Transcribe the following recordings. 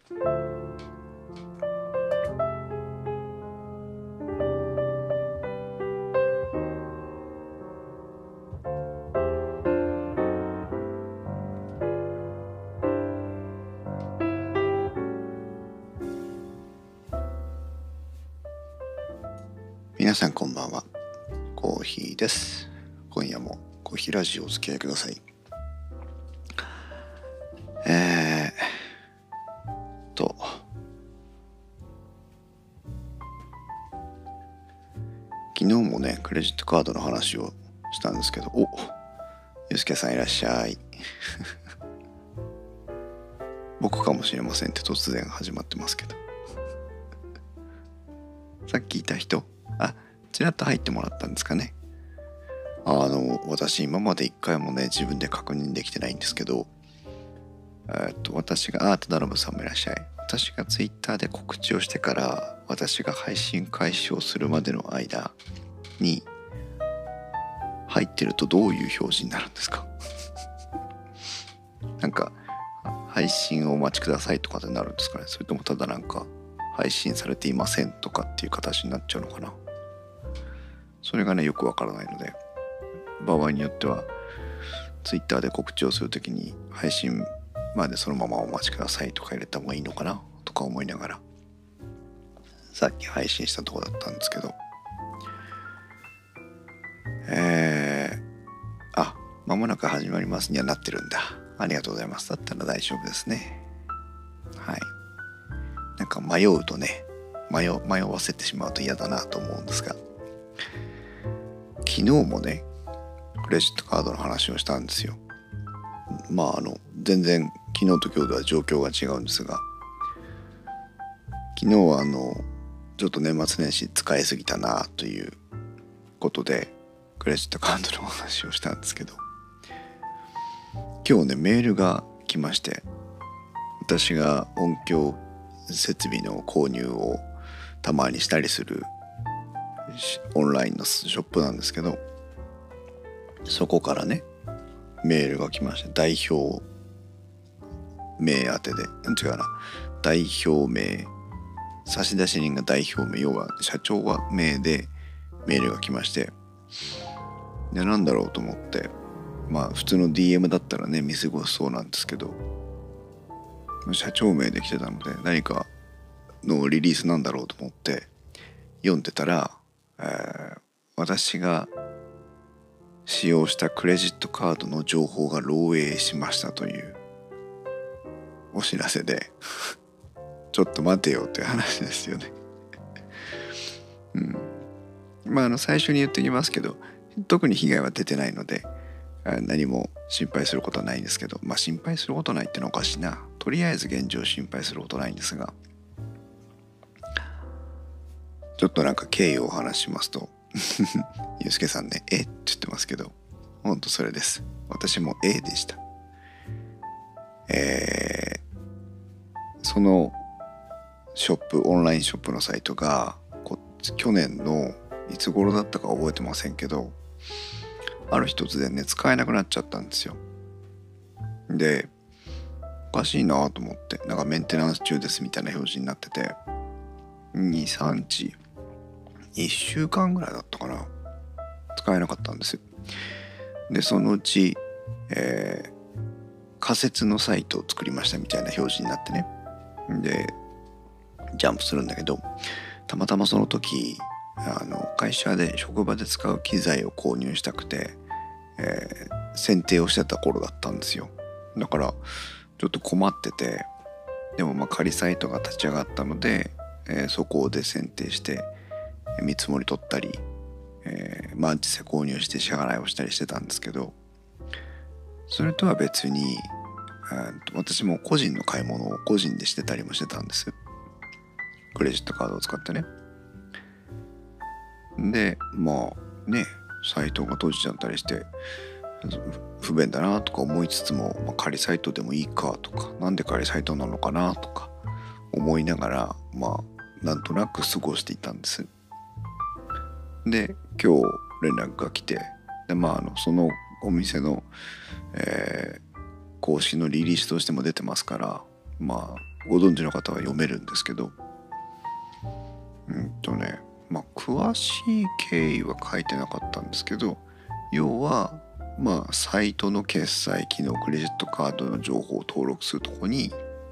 皆さんこんばんは。コーヒーです。今夜もコーヒーラジオお付き合いください。昨日もねクレジットカードの話をしたんですけど、ゆうすけさんいらっしゃい。僕かもしれませんって突然始まってますけど、さっきいた人、ちらっと入ってもらったんですかね。私今まで一回もね自分で確認できてないんですけど、私がタダロブさんもいらっしゃい。私がツイッターで告知をしてから私が配信開始をするまでの間に入ってるとどういう表示になるんですか？なんか配信をお待ちくださいとかってなるんですかね。それともただなんか配信されていませんとかっていう形になっちゃうのかな。それがねよくわからないので、場合によってはツイッターで告知をするときに配信までそのままお待ちくださいとか入れた方がいいのかなとか思いながらさっき配信したとこだったんですけど、間もなく始まりますにはなってるんだ。ありがとうございます。だったら大丈夫ですね。はい。なんか迷うとね迷わせてしまうと嫌だなと思うんですが、昨日もねクレジットカードの話をしたんですよ。全然昨日と今日では状況が違うんですが、昨日はちょっと年末年始使いすぎたなということでクレジットカードの話をしたんですけど、今日ねメールが来まして、私が音響設備の購入をたまにしたりするオンラインのショップなんですけど、そこからねメールが来ました。代表名宛てで、代表名、差出人が代表名、要は社長は名でメールが来まして、でなんだろうと思って、普通の DM だったらね見過ごしそうなんですけど、社長名で来てたので何かのリリースなんだろうと思って読んでたら、私が使用したクレジットカードの情報が漏洩しましたというお知らせでちょっと待てよという話ですよね。最初に言っておきますけど、特に被害は出てないので何も心配することはないんですけど、心配することないってのはおかしいな。とりあえず現状心配することないんですが、ちょっとなんか経緯をお話ししますとゆうすけさんねって言ってますけど、ほんとそれです。私もでした。そのショップ、オンラインショップのサイトが去年のいつ頃だったか覚えてませんけど、ある日突然ね使えなくなっちゃったんですよ。でおかしいなと思って、なんかメンテナンス中ですみたいな表示になってて、2、3日1週間ぐらいだったかな、使えなかったんですよ。でそのうち、仮設のサイトを作りましたみたいな表示になってね、でジャンプするんだけど、たまたまその時会社で職場で使う機材を購入したくて、選定をしてた頃だったんですよ。だからちょっと困ってて、でも仮サイトが立ち上がったので、そこで選定して見積もり取ったり、実際購入して支払いをしたりしてたんですけど、それとは別に私も個人の買い物を個人でしてたりもしてたんです。クレジットカードを使ってね。でサイトが閉じちゃったりして不便だなとか思いつつも、仮サイトでもいいかとか、なんで仮サイトなのかなとか思いながらなんとなく過ごしていたんです。で今日連絡が来て、でそのお店の、公式のリリースとしても出てますから、 ご存知の方は読めるんですけど、詳しい経緯は書いてなかったんですけど、要はサイトの決済機能、クレジットカードの情報を登録するとこに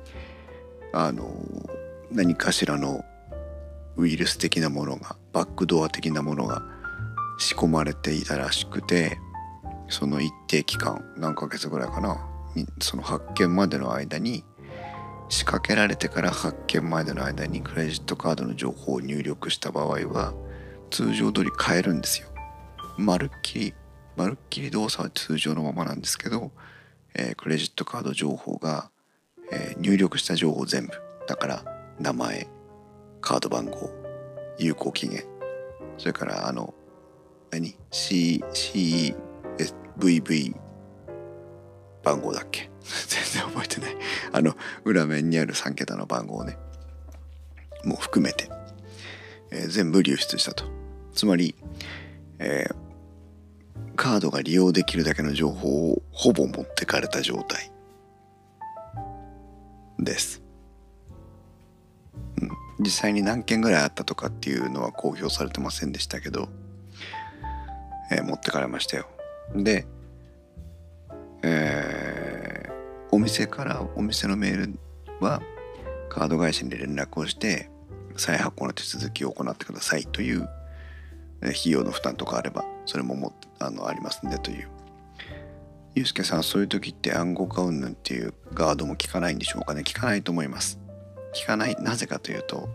何かしらのウイルス的なものが、バックドア的なものが仕込まれていたらしくて、その一定期間、何ヶ月ぐらいかな、その発見までの間に、仕掛けられてから発見までの間にクレジットカードの情報を入力した場合は通常通り買えるんですよ。まるっきり動作は通常のままなんですけど、クレジットカード情報が、入力した情報全部だから、名前、カード番号、有効期限、それからCVV 番号だっけ全然覚えてない裏面にある3桁の番号をねもう含めて、全部流出したと。つまり、カードが利用できるだけの情報をほぼ持ってかれた状態です。実際に何件ぐらいあったとかっていうのは公表されてませんでしたけど、持ってかれましたよ。で、お店のメールはカード会社に連絡をして再発行の手続きを行ってくださいという、費用の負担とかあればそれもありますんでという。ゆうすけさん、そういう時って暗号化云々っていうガードも効かないんでしょうかね。効かないと思います。効かない。なぜかというと、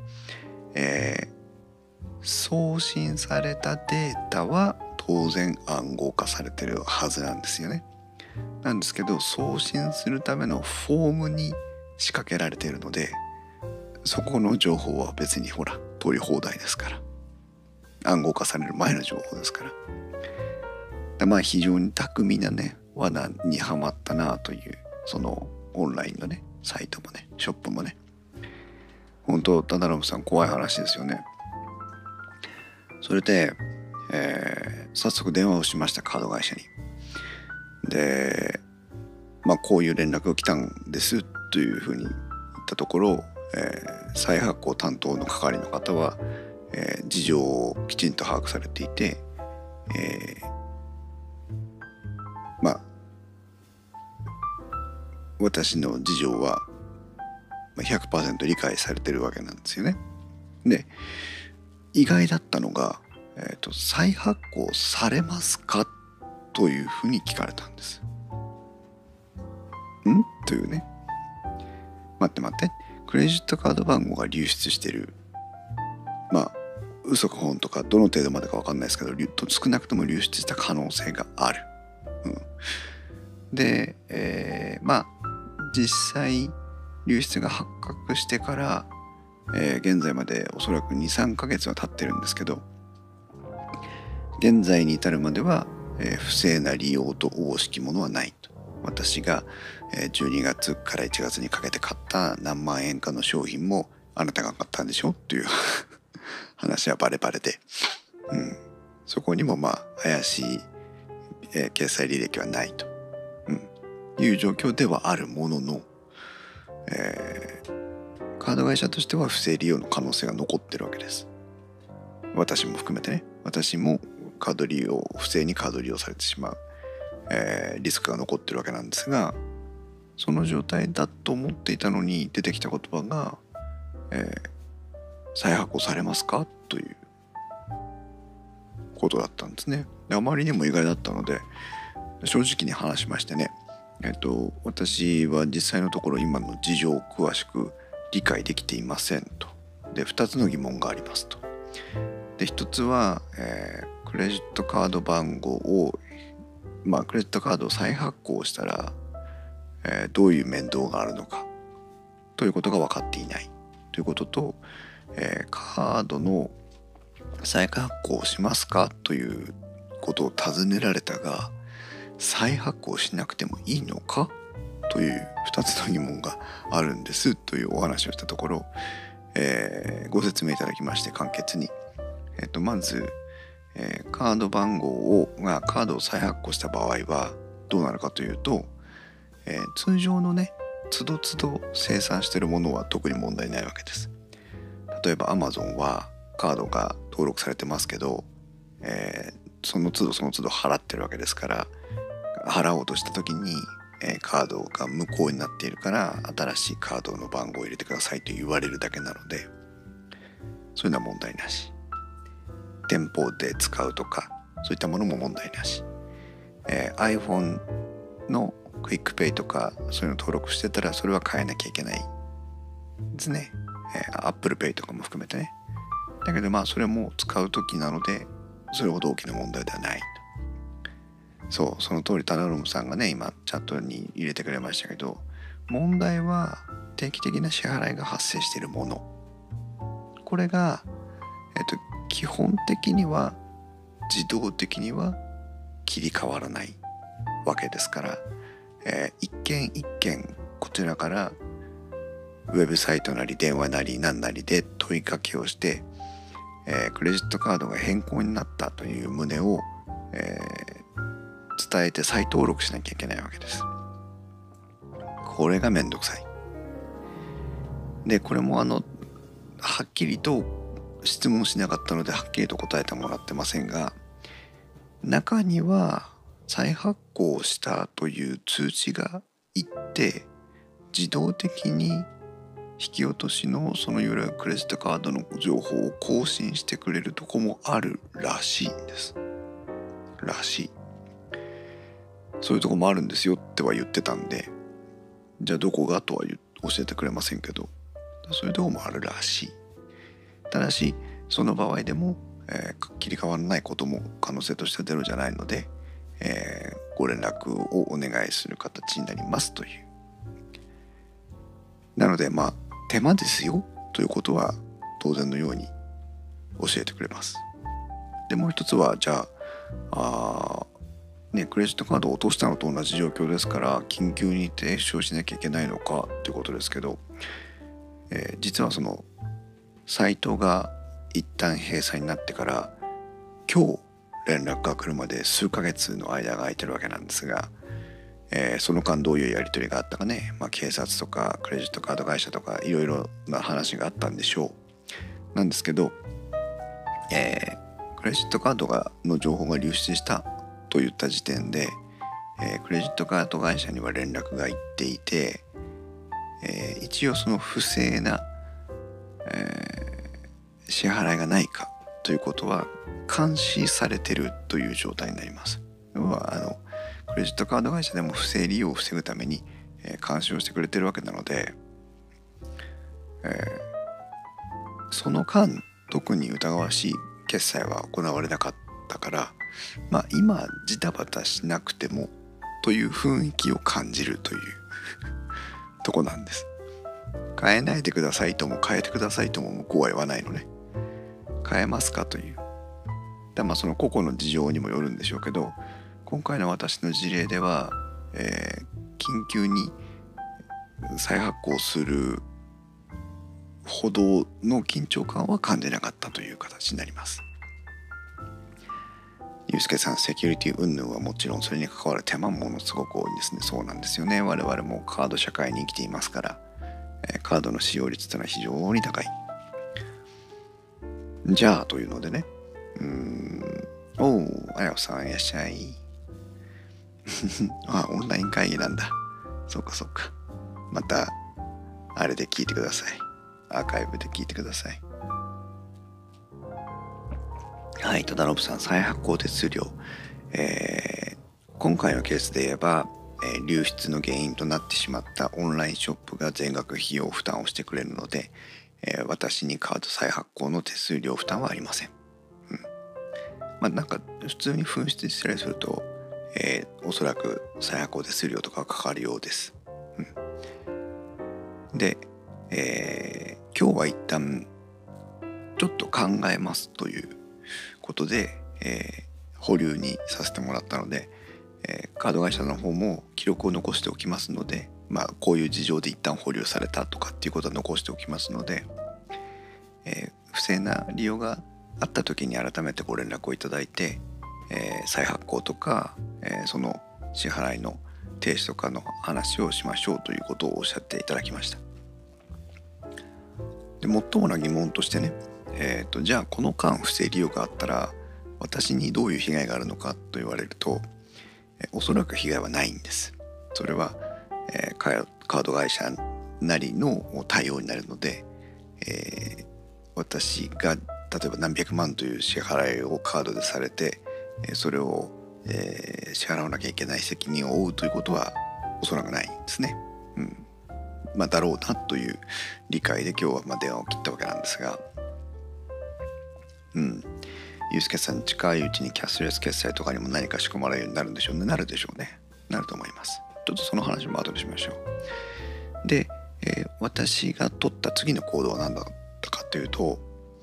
送信されたデータは当然暗号化されてるはずなんですよね。なんですけど、送信するためのフォームに仕掛けられているので、そこの情報は別に取り放題ですから、暗号化される前の情報ですから。非常に巧みなね罠にはまったなという、そのオンラインのねサイトもねショップもね、本当タダロムさん怖い話ですよね。それで、早速電話をしました、カード会社に。でこういう連絡が来たんですというふうに言ったところ、再発行担当の係の方は、事情をきちんと把握されていて、私の事情は 100% 理解されてるわけなんですよね。で、意外だったのが、再発行されますかというふうに聞かれたんです。というね。待って。クレジットカード番号が流出してる。嘘か本とかどの程度までか分かんないですけど、少なくとも流出した可能性がある。で、実際流出が発覚してから、現在までおそらく 2,3 ヶ月は経ってるんですけど、現在に至るまでは、不正な利用とおぼしきものはないと。私が12月から1月にかけて買った何万円かの商品もあなたが買ったんでしょという話はバレバレで、そこにも怪しい、決済履歴はないと、いう状況ではあるものの、カード会社としては不正利用の可能性が残ってるわけです。私も含めてね。私も不正にカード利用されてしまう、リスクが残ってるわけなんですが、その状態だと思っていたのに出てきた言葉が、再発行されますかということだったんですね。で、あまりにも意外だったので正直に話しましてね、私は実際のところ今の事情を詳しく理解できていませんと。で、2つの疑問がありますと。で、1つは、クレジットカード番号をクレジットカードを再発行したら、どういう面倒があるのかということが分かっていないということと、カードの再発行をしますかということを尋ねられたが、再発行しなくてもいいのかという2つの疑問があるんですというお話をしたところ、ご説明いただきまして、簡潔に、まず、カード番号がカードを再発行した場合はどうなるかというと、通常のね都度都度生産しているものは特に問題ないわけです。例えば Amazon はカードが登録されてますけど、その都度その都度払ってるわけですから、払おうとした時に、カードが無効になっているから新しいカードの番号を入れてくださいと言われるだけなので、そういうのは問題なし。店舗で使うとかそういったものも問題なし。iPhone のクイックペイとかそういうの登録してたらそれは変えなきゃいけないですね。Apple Pay とかも含めてね。だけどそれも使う時なのでそれほど大きな問題ではない。その通りタナロムさんがね今チャットに入れてくれましたけど、問題は定期的な支払いが発生しているもの。これが、基本的には自動的には切り替わらないわけですから、一件一件こちらからウェブサイトなり電話なり何なりで問いかけをして、クレジットカードが変更になったという旨を、伝えて再登録しなきゃいけないわけです。これがめんどくさい。でこれもはっきりと質問しなかったのではっきりと答えてもらってませんが、中には再発行したという通知がいって自動的に引き落としのそのいわゆるクレジットカードの情報を更新してくれるとこもあるらしいんです。らしい。そういうとこもあるんですよっては言ってたんで、じゃあどこがとは教えてくれませんけど、そういうとこもあるらしい。ただしその場合でも、切り替わらないことも可能性として出るんじゃないので、ご連絡をお願いする形になりますという。なので手間ですよということは当然のように教えてくれます。でもう一つはじゃあクレジットカードを落としたのと同じ状況ですから緊急に停止をしなきゃいけないのかということですけど、実はそのサイトが一旦閉鎖になってから今日連絡が来るまで数ヶ月の間が空いてるわけなんですが、その間どういうやり取りがあったかね、警察とかクレジットカード会社とかいろいろな話があったんでしょう。なんですけど、クレジットカードの情報が流出したといった時点で、クレジットカード会社には連絡がいっていて、一応その不正な、支払いがないかということは監視されてるという状態になります。要はクレジットカード会社でも不正利用を防ぐために、監視をしてくれてるわけなので、その間特に疑わしい決済は行われなかったから、今ジタバタしなくてもという雰囲気を感じるというとこなんです。変えないでくださいとも変えてくださいとも向こうは言わないのね。変えますかという。その個々の事情にもよるんでしょうけど、今回の私の事例では、緊急に再発行するほどの緊張感は感じなかったという形になります。ゆうすけさん、セキュリティ云々はもちろんそれに関わる手間もものすごく多いんですね。そうなんですよね。我々もカード社会に生きていますから、カードの使用率というのは非常に高い。じゃあというのでね、あやさんいらっしゃい。オンライン会議なんだ。そうか。またあれで聞いてください。アーカイブで聞いてください。はい、戸田信さん、再発行手数料、今回のケースで言えば、流出の原因となってしまったオンラインショップが全額費用負担をしてくれるので、私にカード再発行の手数料負担はありません。普通に紛失したりすると、おそらく再発行手数料とかかかるようです。で、今日は一旦ちょっと考えますということで、保留にさせてもらったので、カード会社の方も記録を残しておきますので、こういう事情で一旦保留されたとかっていうことは残しておきますので、不正な利用があった時に改めてご連絡をいただいて、再発行とか、その支払いの停止とかの話をしましょうということをおっしゃっていただきました。で最もな疑問としてね、じゃあこの間不正利用があったら私にどういう被害があるのかと言われると、おそらく被害はないんです。それは、カード会社なりの対応になるので、私が例えば何百万という支払いをカードでされて、それを、支払わなきゃいけない責任を負うということはおそらくないんですね。だろうなという理解で今日は電話を切ったわけなんですが、ユース決済に近いうちにキャッシュレス決済とかにも何か仕込まれるようになるんでしょうね。なるでしょうね。なると思います。ちょっとその話も後でしましょう。で、私が取った次の行動は何だったかというと、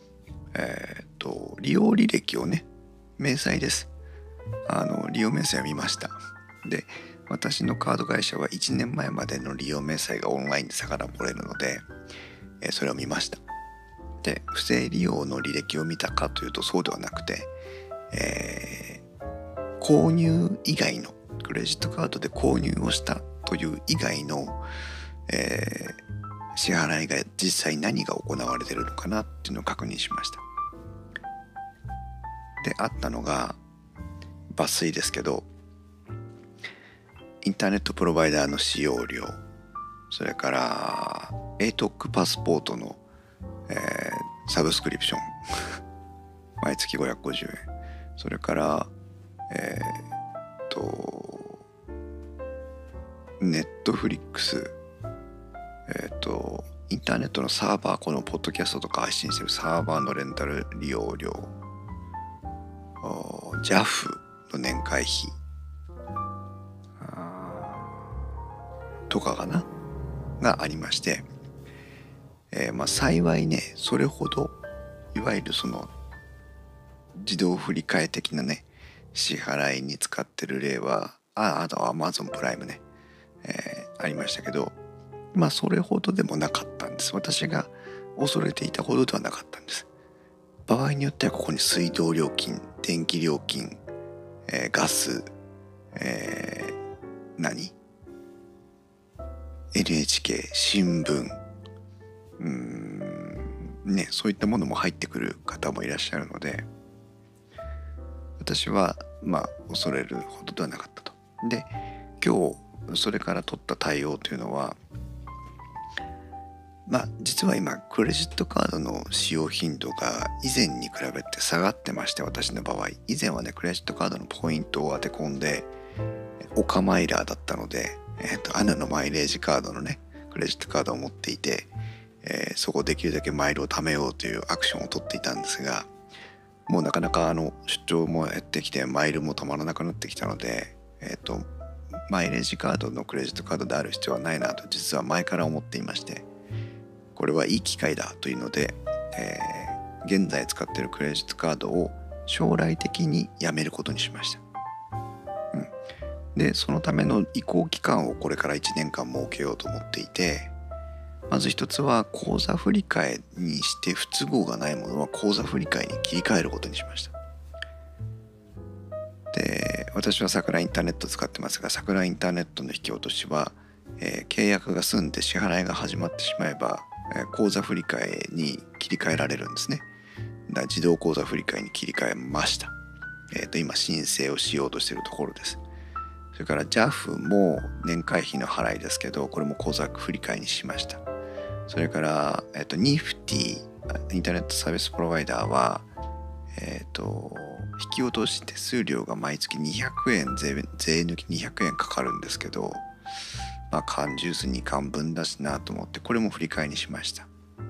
利用履歴をね、明細です。利用明細を見ました。で、私のカード会社は1年前までの利用明細がオンラインで遡れるので、それを見ました。で、不正利用の履歴を見たかというとそうではなくて、購入以外のクレジットカードで購入をしたという以外の、支払いが実際何が行われているのかなっていうのを確認しました。で、あったのが抜粋ですけど、インターネットプロバイダーの使用料、それから ATOC パスポートの、サブスクリプション毎月550円、それからネットフリックス、インターネットのサーバー、このポッドキャストとか配信してるサーバーのレンタル利用料、JAF の年会費とかかながありまして、幸いね、それほどいわゆるその自動振り替え的なね支払いに使ってる例はあと Amazon プライムね、ありましたけど、それほどでもなかったんです。私が恐れていたほどではなかったんです。場合によってはここに水道料金、電気料金、ガス、NHK、新聞、そういったものも入ってくる方もいらっしゃるので、私は恐れるほどではなかったと。で、今日それから取った対応というのは、実は今クレジットカードの使用頻度が以前に比べて下がってまして、私の場合以前はね、クレジットカードのポイントを当て込んでオカマイラーだったので、アナのマイレージカードのねクレジットカードを持っていて、そこできるだけマイルを貯めようというアクションを取っていたんですが、もうなかなか出張も減ってきてマイルも貯まらなくなってきたので、マイレージカードのクレジットカードである必要はないなと実は前から思っていまして、これはいい機会だというので、現在使っているクレジットカードを将来的にやめることにしました。で、そのための移行期間をこれから1年間設けようと思っていて、まず一つは口座振替えにして不都合がないものは口座振替に切り替えることにしました。で、私は桜インターネットを使ってますが、桜インターネットの引き落としは、契約が済んで支払いが始まってしまえば、口座振替えに切り替えられるんですね。だから自動口座振替に切り替えました。今申請をしようとしているところです。それから JAF も年会費の払いですけど、これも口座振替にしました。それから、NIFTY インターネットサービスプロバイダーは、引き落とし手数料が毎月200円税抜き200円かかるんですけど、缶ジュース2缶分だしなと思ってこれも振り替えにしました。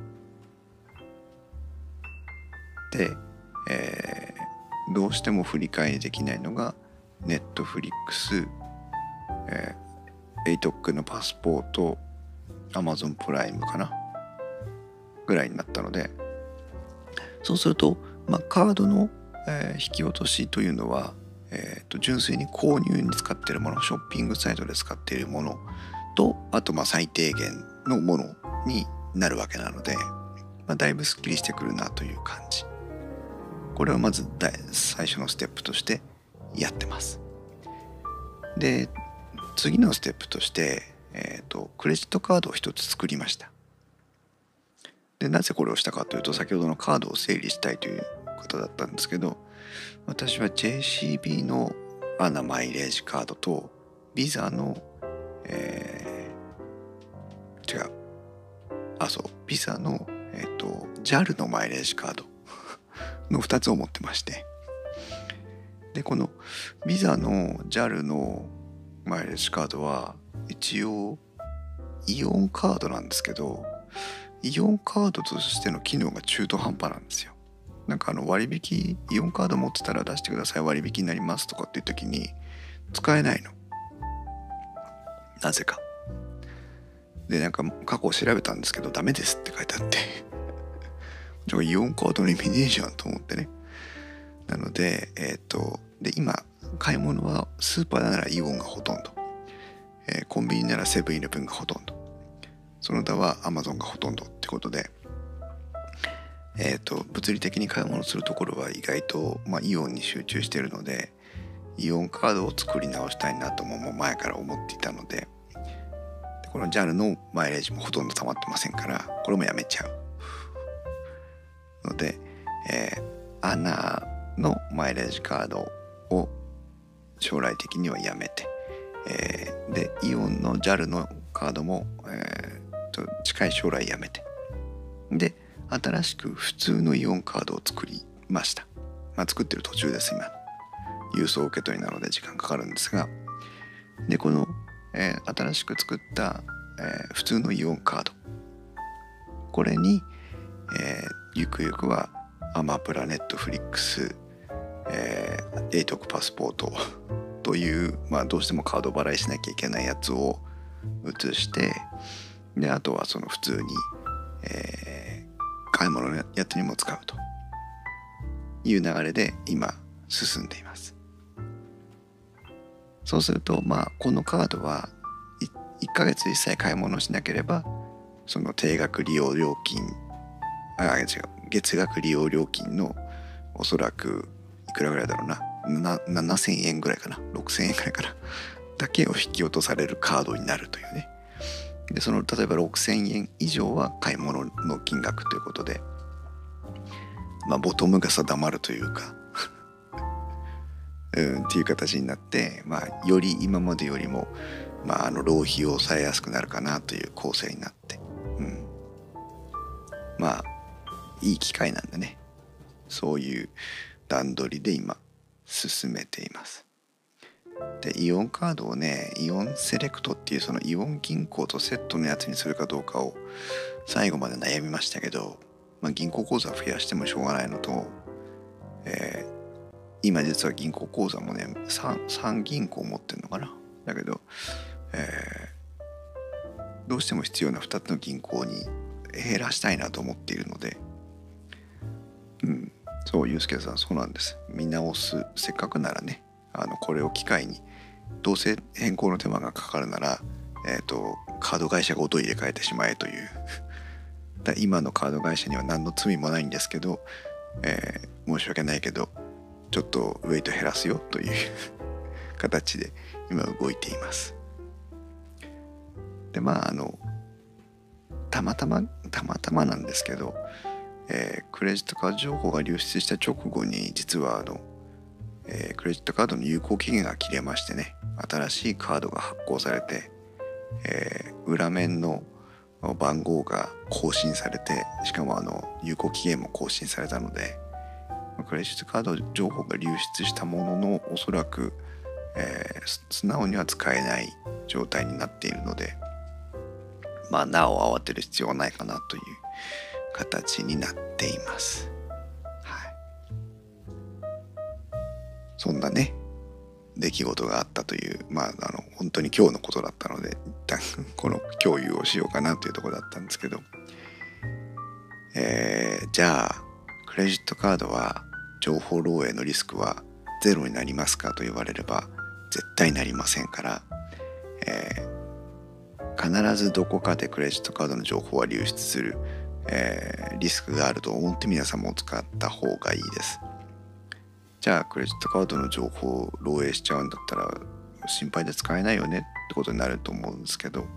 で、どうしても振り替えにできないのがネットフリックス、ATOC のパスポート、Amazon プライムかなぐらいになったので、そうすると、カードの、引き落としというのは、純粋に購入に使っているもの、ショッピングサイトで使っているものと、あと最低限のものになるわけなので、だいぶすっきりしてくるなという感じ。これをまず最初のステップとしてやってます。で、 次のステップとして、クレジットカードを一つ作りました。でなぜこれをしたかというと、先ほどのカードを整理したいということだったんですけど、私は JCB のアナマイレージカードとビザの、ビザの、JAL のマイレージカードの2つを持ってまして、でこのビザの JAL のマイレージカードは一応イオンカードなんですけど、イオンカードとしての機能が中途半端なんですよ。なんか割引、イオンカード持ってたら出してください、割引になりますとかっていう時に使えないの、なぜか。でなんか過去を調べたんですけどダメですって書いてあってじゃあイオンカードの意味ねえじゃんと思ってね。なのでで今買い物はスーパーならイオンがほとんど、コンビニならセブンイレブンがほとんど、その他はアマゾンがほとんどってことで、物理的に買い物するところは意外と、イオンに集中しているので、イオンカードを作り直したいなとも前から思っていたので、この JAL のマイレージもほとんど溜まってませんから、これもやめちゃうので、アナのマイレージカードを将来的にはやめて、でイオンの JAL のカードも、近い将来やめて、で新しく普通のイオンカードを作りました。作ってる途中です。今郵送受け取りなので時間かかるんですが、でこの、新しく作った、普通のイオンカード、これに、ゆくゆくはアマプラ、ネットフリックス、エイトクパスポートという、どうしてもカード払いしなきゃいけないやつを移して、であとはその普通に、買い物のやつにも使うという流れで今進んでいます。そうするとこのカードは1ヶ月一切買い物しなければ、その定額利用料金月額利用料金のおそらくいくらぐらいだろうな、7000円ぐらいかな、6000円ぐらいかなだけを引き落とされるカードになるというね。でその例えば6000円以上は買い物の金額ということで、ボトムが定まるというかっていう形になって、より今までよりも、浪費を抑えやすくなるかなという構成になって、いい機会なんでね、そういう段取りで今進めています。でイオンカードをね、イオンセレクトっていうそのイオン銀行とセットのやつにするかどうかを最後まで悩みましたけど、銀行口座増やしてもしょうがないのと、今実は銀行口座もね 3銀行持ってるのかな。だけど、どうしても必要な2つの銀行に減らしたいなと思っているので、そうゆうすけさん、そうなんです。見直す、せっかくならね、これを機会に、どうせ変更の手間がかかるなら、カード会社ごと入れ替えてしまえという今のカード会社には何の罪もないんですけど、申し訳ないけどちょっとウェイト減らすよという形で今動いています。でたまたまなんですけど、クレジットカード情報が流出した直後に実はクレジットカードの有効期限が切れましてね、新しいカードが発行されて、裏面の番号が更新されて、しかも有効期限も更新されたので、クレジットカード情報が流出したもののおそらく、素直には使えない状態になっているので、なお慌てる必要はないかなという形になっています。そんなね出来事があったという、本当に今日のことだったので、一旦この共有をしようかなというところだったんですけど、じゃあクレジットカードは情報漏洩のリスクはゼロになりますかと言われれば絶対なりませんから、必ずどこかでクレジットカードの情報は流出する、リスクがあると思って皆さんも使った方がいいです。じゃあクレジットカードの情報を漏洩しちゃうんだったら心配で使えないよねってことになると思うんですけど、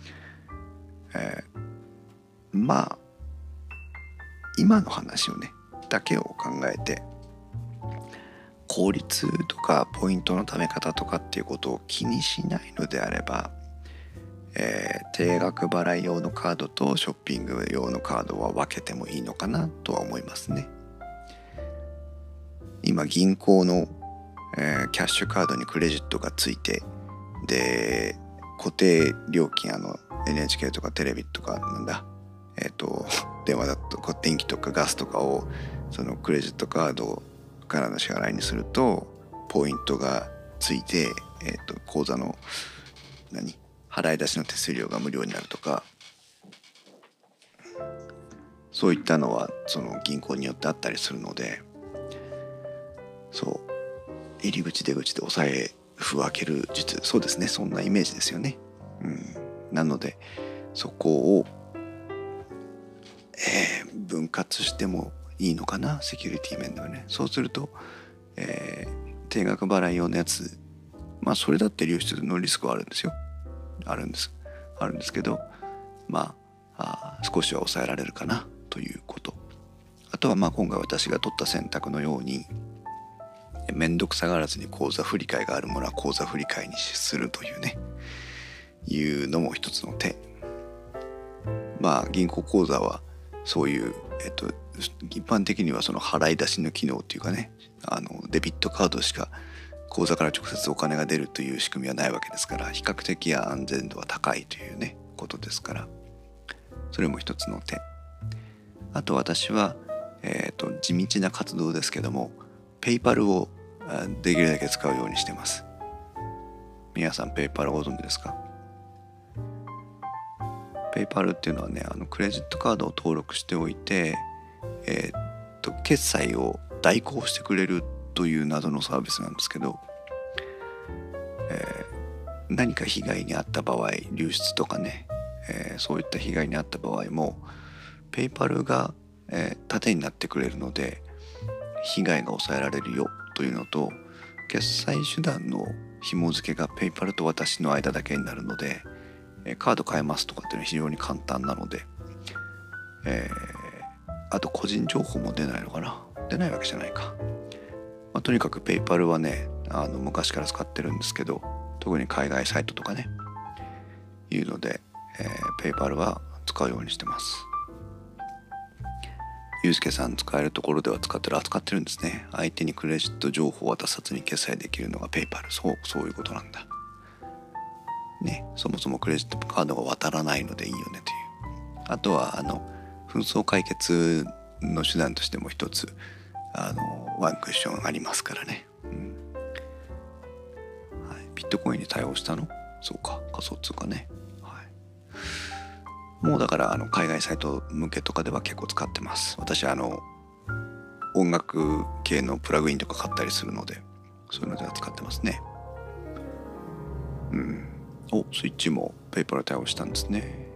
まあ今の話をねだけを考えて、効率とかポイントの貯め方とかっていうことを気にしないのであれば、定額払い用のカードとショッピング用のカードは分けてもいいのかなとは思いますね。今銀行の、キャッシュカードにクレジットがついて、で固定料金NHK とかテレビとか電話だと電気とかガスとかをそのクレジットカードからの支払いにするとポイントがついて、口座の払い出しの手数料が無料になるとか、そういったのはその銀行によってあったりするので、入り口出口でお財布を開ける術、そうですね、そんなイメージですよね。なのでそこを、分割してもいいのかな、セキュリティ面ではね。そうすると、定額払い用のやつ、それだって流出のリスクはあるんですよ。あるんですけど、少しは抑えられるかなということ。あとは今回私が取った選択のように、めんどくさがらずに口座振替があるものは口座振替にするというのも一つの手。銀行口座はそういう、一般的にはその払い出しの機能っていうかね、デビットカードしか口座から直接お金が出るという仕組みはないわけですから、比較的安全度は高いというねことですから、それも一つの手。あと私は、地道な活動ですけども、ペイパルをできるだけ使うようにしてます。皆さんペイパルご存知ですか？ペイパルっていうのはね、クレジットカードを登録しておいて、決済を代行してくれるという謎のサービスなんですけど、何か被害に遭った場合、流出とかね、そういった被害に遭った場合もペイパルが、盾になってくれるので被害が抑えられるよというのと、決済手段の紐付けがペイパルと私の間だけになるので、カード変えますとかっていうのは非常に簡単なので、あと個人情報も出ないのかな、出ないわけじゃないか。とにかくペイパルはね、昔から使ってるんですけど、特に海外サイトとかねいうので、ペイパルは使うようにしてます。ゆうすけさん使えるところでは使ってるんですね。相手にクレジット情報を渡さずに決済できるのがペイパル。そういうことなんだね。そもそもクレジットカードが渡らないのでいいよねという。あとは紛争解決の手段としても一つワンクッションありますからね。ビットコインに対応したの？そうか、仮想通貨ね。もうだから海外サイト向けとかでは結構使ってます。私音楽系のプラグインとか買ったりするので、そういうのでは使ってますね。スイッチもペイパル対応したんですね。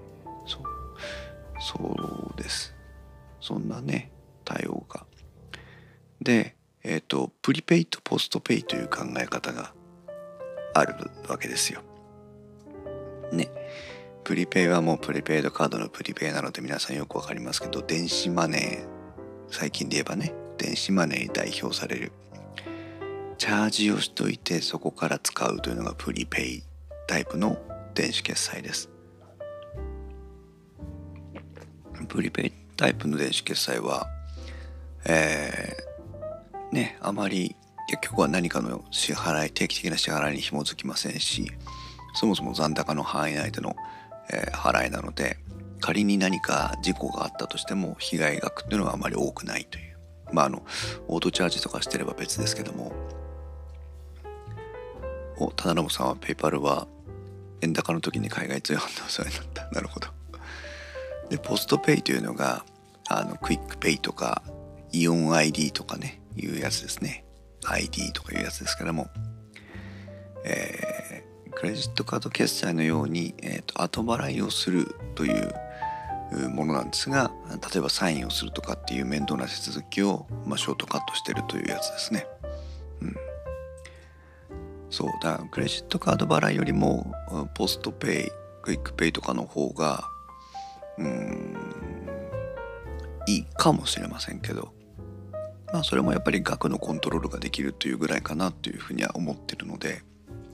そうです。そんなね対応が。で、プリペイとポストペイという考え方があるわけですよ。ね。プリペイはもうプリペイドカードのプリペイなので皆さんよくわかりますけど、電子マネー、最近で言えばね、電子マネーに代表されるチャージをしといてそこから使うというのがプリペイタイプの電子決済です。プリペイタイプの電子決済はあまり結局は何かの支払い、定期的な支払いに紐づきませんし、そもそも残高の範囲内での、払いなので、仮に何か事故があったとしても被害額っていうのはあまり多くないという。オートチャージとかしてれば別ですけども。忠信さんはペイパルは円高の時に海外通販でお世話になった。なるほど。でポストペイというのがクイックペイとかイオン ID とかねいうやつですね。 ID とかいうやつですけども、クレジットカード決済のように、後払いをするというものなんですが、例えばサインをするとかっていう面倒な手続きを、ショートカットしてるというやつですね。 そうだ、クレジットカード払いよりもポストペイ、クイックペイとかの方がいいかもしれませんけど、まあそれもやっぱり額のコントロールができるというぐらいかなというふうには思ってるので、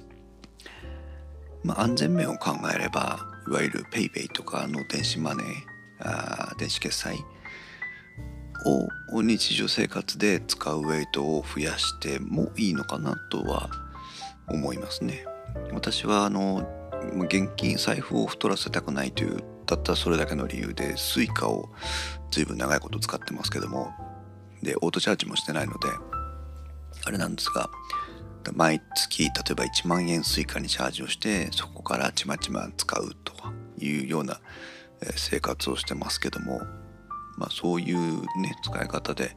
まあ安全面を考えれば、いわゆるペイペイとかの電子マネー、電子決済を日常生活で使うウェイトを増やしてもいいのかなとは思いますね。私は現金、財布を太らせたくないというたったそれだけの理由でスイカを随分長いこと使ってますけども、でオートチャージもしてないのであれなんですが、毎月例えば1万円スイカにチャージをして、そこからちまちま使うというような生活をしてますけども、まあそういうね使い方で、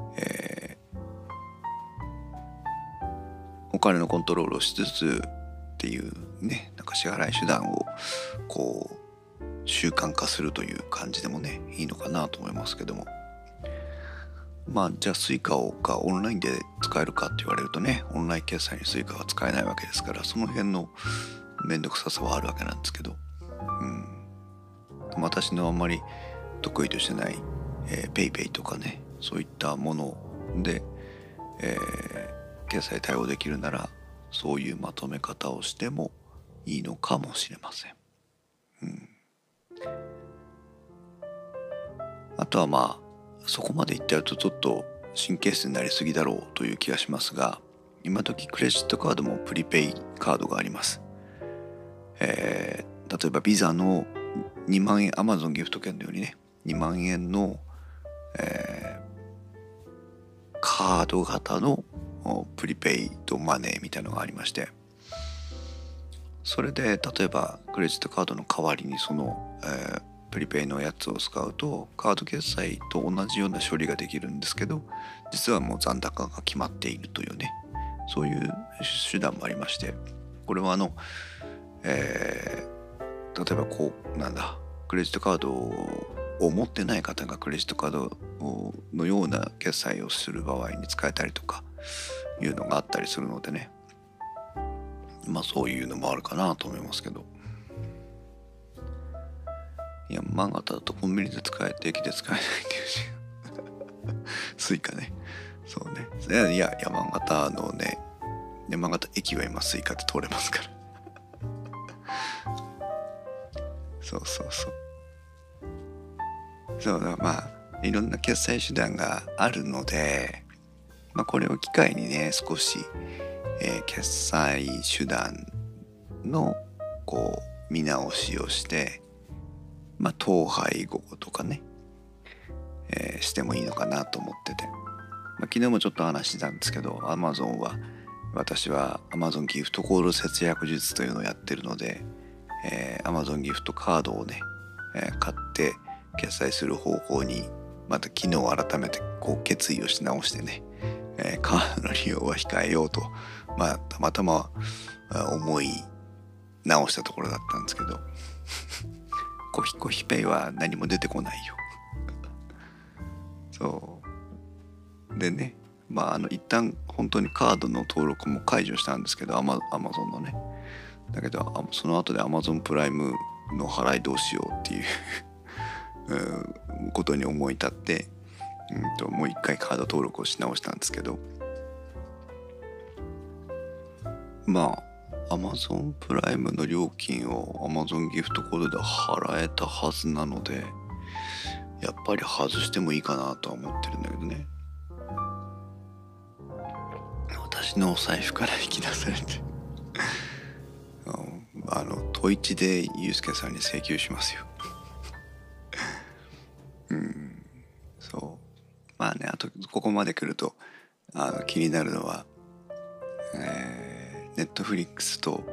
お金のコントロールをしつつっていうね、なんか支払い手段をこう習慣化するという感じでもねいいのかなと思いますけども、まあじゃあスイカがオンラインで使えるかって言われるとね、オンライン決済にスイカが使えないわけですから、その辺のめんどくささはあるわけなんですけど、私のあんまり得意としてない、ペイペイとかね、そういったもので、決済対応できるならそういうまとめ方をしてもいいのかもしれません。あとはまあそこまでいっちゃうとちょっと神経質になりすぎだろうという気がしますが、今時クレジットカードもプリペイカードがあります。例えばビザの2万円、アマゾンギフト券のようにね、2万円の、カード型のプリペイドマネーみたいなのがありまして、それで例えばクレジットカードの代わりにその、プリペイのやつを使うとカード決済と同じような処理ができるんですけど、実はもう残高が決まっているというね、そういう手段もありまして、これは例えばクレジットカードを持ってない方がクレジットカードのような決済をする場合に使えたりとかいうのがあったりするのでね、まあそういうのもあるかなと思いますけど、いや山形だとコンビニで使えて駅で使えないっていうしスイカね、そうね、いや山形のね、山形駅は今スイカって通れますからそうだ、まあいろんな決済手段があるので、まあこれを機会にね少し、決済手段のこう見直しをして、まあ統廃合とかね、してもいいのかなと思ってて、まあ、昨日もちょっと話したんですけど、私は Amazon ギフトコード節約術というのをやってるので、Amazon ギフトカードをね、買って決済する方法にまた昨日改めてこう決意をし直してね、カードの利用は控えようと、まあたまたま思い直したところだったんですけどコヒコヒペイは何も出てこないよそうでね、まあ一旦本当にカードの登録も解除したんですけど、アマゾンのね、だけどその後で Amazon プライムの払いどうしようっていうことに思い立って、もう一回カード登録をし直したんですけど、まあ Amazon プライムの料金を Amazon ギフトコードで払えたはずなので、やっぱり外してもいいかなとは思ってるんだけどね。私のお財布から引き出されてトイチでユうスケさんに請求しますよそうまあね、あとここまで来ると気になるのは、ネットフリックスと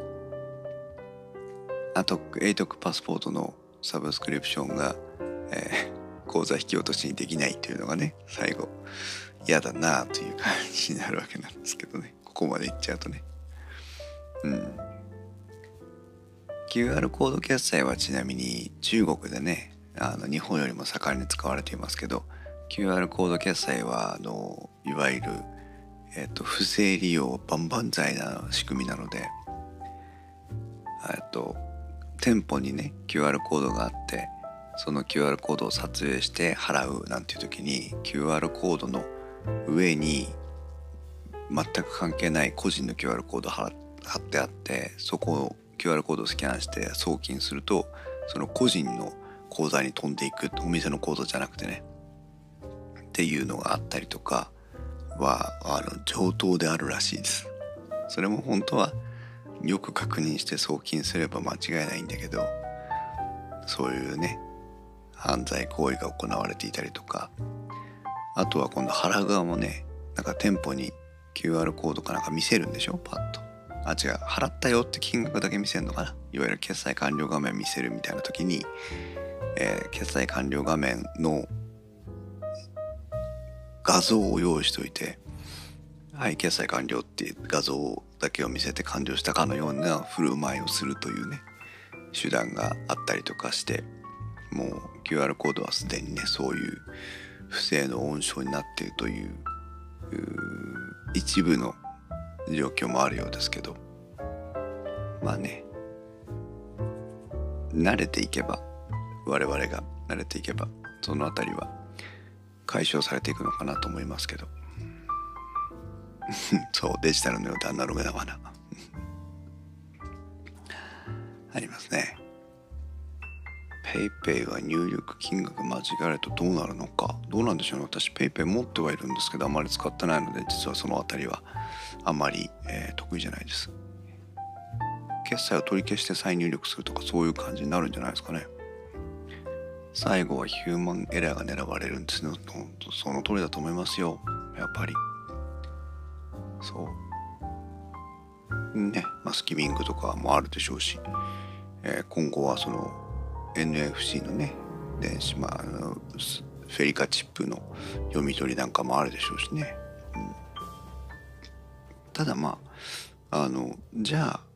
あとエイトクパスポートのサブスクリプションが、口座引き落としにできないというのがね、最後嫌だなという感じになるわけなんですけどね、ここまでいっちゃうとね。QR コード決済はちなみに中国でね、日本よりも盛んに使われていますけど、QR コード決済はいわゆる、 不正利用万々歳な仕組みなので、店舗にね QR コードがあって、その QR コードを撮影して払うなんていう時に QR コードの上に全く関係ない個人の QR コード貼ってあって、そこを QR コードをスキャンして送金すると、その個人の口座に飛んでいく、お店の口座じゃなくてねっていうのがあったりとかは上等であるらしいです。それも本当はよく確認して送金すれば間違いないんだけど、そういうね犯罪行為が行われていたりとか、あとは今度払う側もね、なんか店舗に QR コードかなんか見せるんでしょ、パッと。違う、払ったよって金額だけ見せるのかな、いわゆる決済完了画面見せるみたいな時に、決済完了画面の画像を用意しておいて、はい、決済完了っていう画像だけを見せて完了したかのような振る舞いをするというね手段があったりとかして、もう QR コードはすでにねそういう不正の温床になっているという一部の状況もあるようですけど、まあね、慣れていけば、我々が慣れていけばそのあたりは解消されていくのかなと思いますけどそう、デジタルのようでアナログだわなありますね。ペイペイは入力金額間違えるとどうなるのか。どうなんでしょうね。私ペイペイ持ってはいるんですけど、あまり使ってないので、実はそのあたりはあまり、得意じゃないです。決済を取り消して再入力するとか、そういう感じになるんじゃないですかね。最後はヒューマンエラーが狙われるんですね。その通りだと思いますよ、やっぱり。そうね、スキミングとかもあるでしょうし、今後はその NFC のね電子フェリカチップの読み取りなんかもあるでしょうしね、ただじゃあ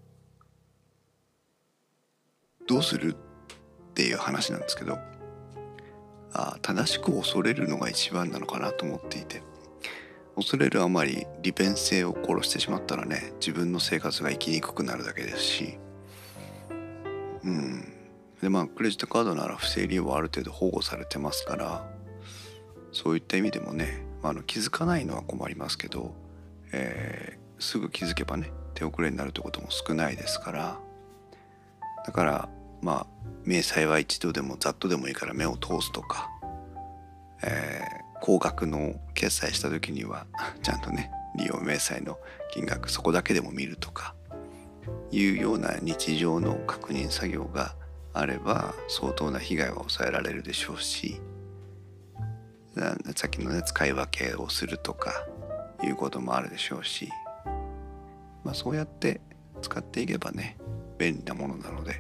どうするっていう話なんですけど、正しく恐れるのが一番なのかなと思っていて、恐れるあまり利便性を殺してしまったらね、自分の生活が生きにくくなるだけですし、でクレジットカードなら不正利用はある程度保護されてますから、そういった意味でもね、気づかないのは困りますけど、すぐ気づけばね手遅れになるということも少ないですから、だから明細は一度でもざっとでもいいから目を通すとか、高額の決済した時にはちゃんとね利用明細の金額そこだけでも見るとかいうような日常の確認作業があれば相当な被害は抑えられるでしょうし、さっきのね使い分けをするとかいうこともあるでしょうし、そうやって使っていけばね便利なものなので、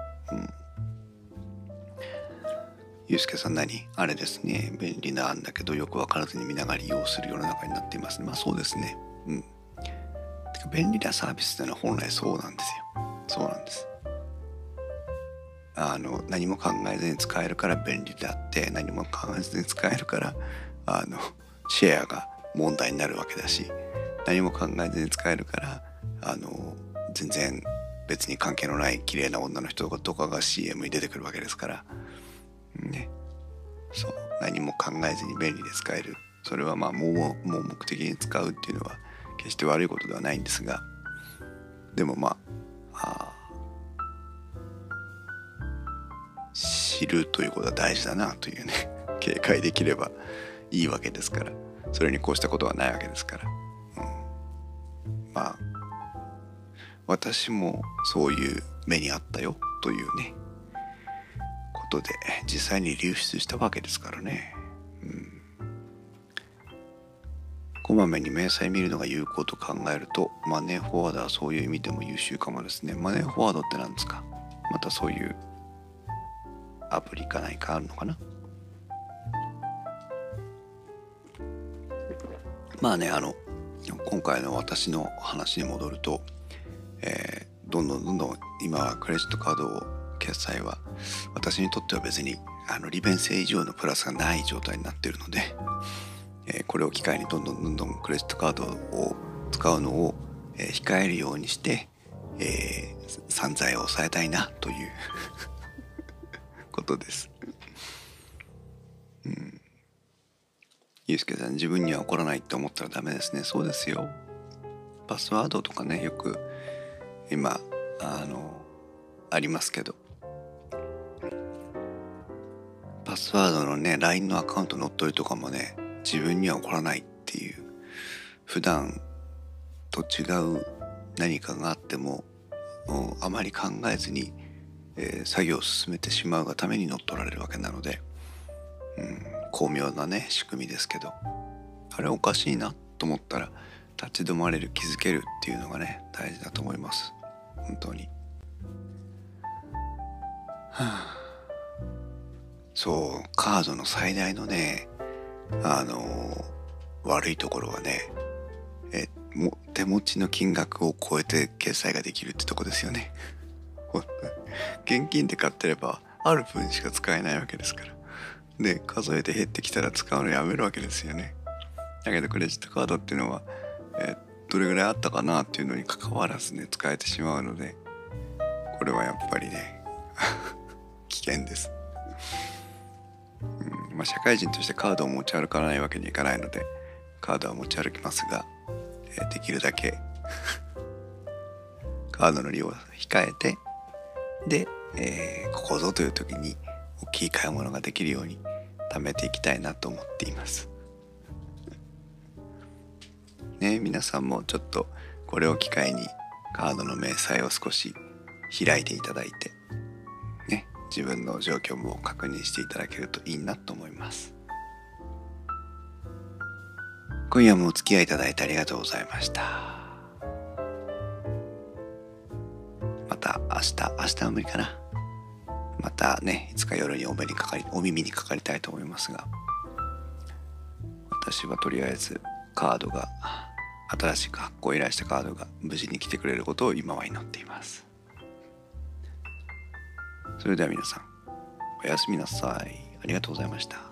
ゆうすけさんあれですね、便利なんだけどよく分からずに見ながら利用する世の中になっていますね。そうですね。便利なサービスってのは本来そうなんですよ。そうなんです。何も考えずに使えるから便利であって、何も考えずに使えるからシェアが問題になるわけだし、何も考えずに使えるから全然別に関係のない綺麗な女の人とかが CM に出てくるわけですからね。そう、何も考えずに便利で使える、それはもう目的に使うっていうのは決して悪いことではないんですが、でも知るということは大事だなというね警戒できればいいわけですから、それにこうしたことはないわけですから、私もそういう目にあったよというねことで実際に流出したわけですからね。こまめに明細見るのが有効と考えると、マネーフォワードはそういう意味でも優秀かもですね。マネーフォワードって何ですか？またそういうアプリか何かあるのかな。今回の私の話に戻ると、どんどん今クレジットカード決済は私にとっては別に利便性以上のプラスがない状態になっているので、 これを機会にどんどんクレジットカードを使うのを、控えるようにして、散財を抑えたいなということです。ゆうすけさん、自分には起こらないって思ったらダメですね。そうですよ。パスワードとかね、よく今ありますけど、パスワードのね LINE のアカウント乗っ取りとかもね、自分には起こらないっていう、普段と違う何かがあってもあまり考えずに、作業を進めてしまうがために乗っ取られるわけなので、巧妙なね仕組みですけど、あれおかしいなと思ったら立ち止まれる、気づけるっていうのがね大事だと思います。本当に。そう、カードの最大のね悪いところはね、手持ちの金額を超えて決済ができるってとこですよね。現金で買ってればある分しか使えないわけですから。で、数えて減ってきたら使うのやめるわけですよね。だけどクレジットカードっていうのは、どれぐらいあったかなっていうのに関わらずね使えてしまうので、これはやっぱりね危険です。社会人としてカードを持ち歩かないわけにいかないので、カードは持ち歩きますが、できるだけカードの利用を控えて、で、ここぞという時に大きい買い物ができるように貯めていきたいなと思っていますね。皆さんもちょっとこれを機会にカードの明細を少し開いていただいてね、自分の状況も確認していただけるといいなと思います。今夜もお付き合いいただいてありがとうございました。また明日は無理かな。またね、いつか夜にお耳にかかりたいと思いますが、私はとりあえず新しく発行依頼したカードが無事に来てくれることを今は祈っています。それでは皆さん、おやすみなさい。ありがとうございました。